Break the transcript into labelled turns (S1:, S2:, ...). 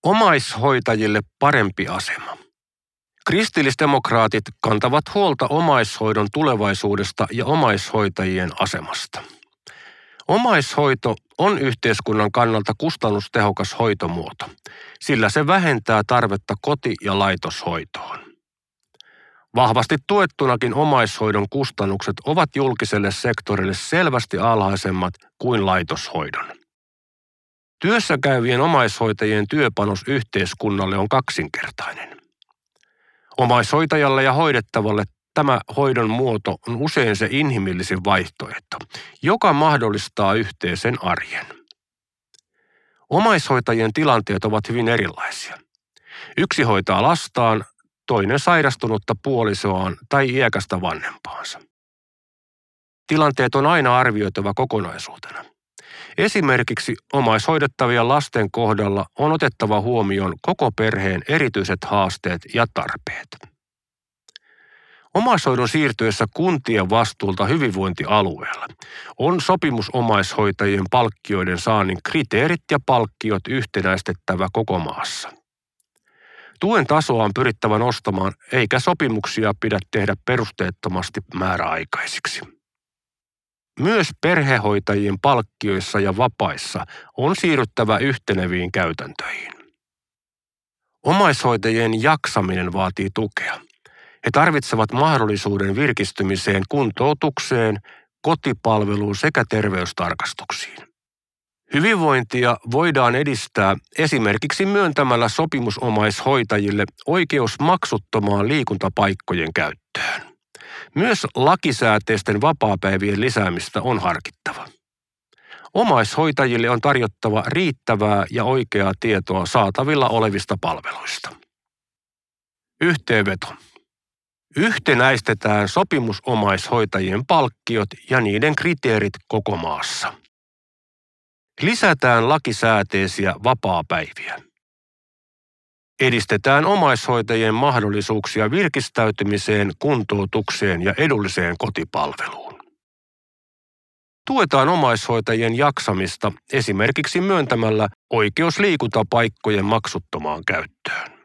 S1: Omaishoitajille parempi asema. Kristillisdemokraatit kantavat huolta omaishoidon tulevaisuudesta ja omaishoitajien asemasta. Omaishoito on yhteiskunnan kannalta kustannustehokas hoitomuoto, sillä se vähentää tarvetta koti- ja laitoshoitoon. Vahvasti tuettunakin omaishoidon kustannukset ovat julkiselle sektorille selvästi alhaisemmat kuin laitoshoidon. Työssäkäyvien omaishoitajien työpanos yhteiskunnalle on kaksinkertainen. Omaishoitajalle ja hoidettavalle tämä hoidon muoto on usein se inhimillisin vaihtoehto, joka mahdollistaa yhteisen arjen. Omaishoitajien tilanteet ovat hyvin erilaisia. Yksi hoitaa lastaan, toinen sairastunutta puolisoaan tai iäkästä vanhempaansa. Tilanteet on aina arvioitava kokonaisuutena. Esimerkiksi omaishoidettavien lasten kohdalla on otettava huomioon koko perheen erityiset haasteet ja tarpeet. Omaishoidon siirtyessä kuntien vastuulta hyvinvointialueella on sopimusomaishoitajien palkkioiden saannin kriteerit ja palkkiot yhtenäistettävä koko maassa. Tuen tasoa on pyrittävä nostamaan, eikä sopimuksia pidä tehdä perusteettomasti määräaikaisiksi. Myös perhehoitajien palkkioissa ja vapaissa on siirryttävä yhteneviin käytäntöihin. Omaishoitajien jaksaminen vaatii tukea. He tarvitsevat mahdollisuuden virkistymiseen, kuntoutukseen, kotipalveluun sekä terveystarkastuksiin. Hyvinvointia voidaan edistää esimerkiksi myöntämällä sopimusomaishoitajille oikeus maksuttomaan liikuntapaikkojen käyttöön. Myös lakisääteisten vapaapäivien lisäämistä on harkittava. Omaishoitajille on tarjottava riittävää ja oikeaa tietoa saatavilla olevista palveluista. Yhteenveto. Yhtenäistetään sopimusomaishoitajien palkkiot ja niiden kriteerit koko maassa. Lisätään lakisääteisiä vapaapäiviä. Edistetään omaishoitajien mahdollisuuksia virkistäytymiseen, kuntoutukseen ja edulliseen kotipalveluun. Tuetaan omaishoitajien jaksamista esimerkiksi myöntämällä oikeus liikuntapaikkojen maksuttomaan käyttöön.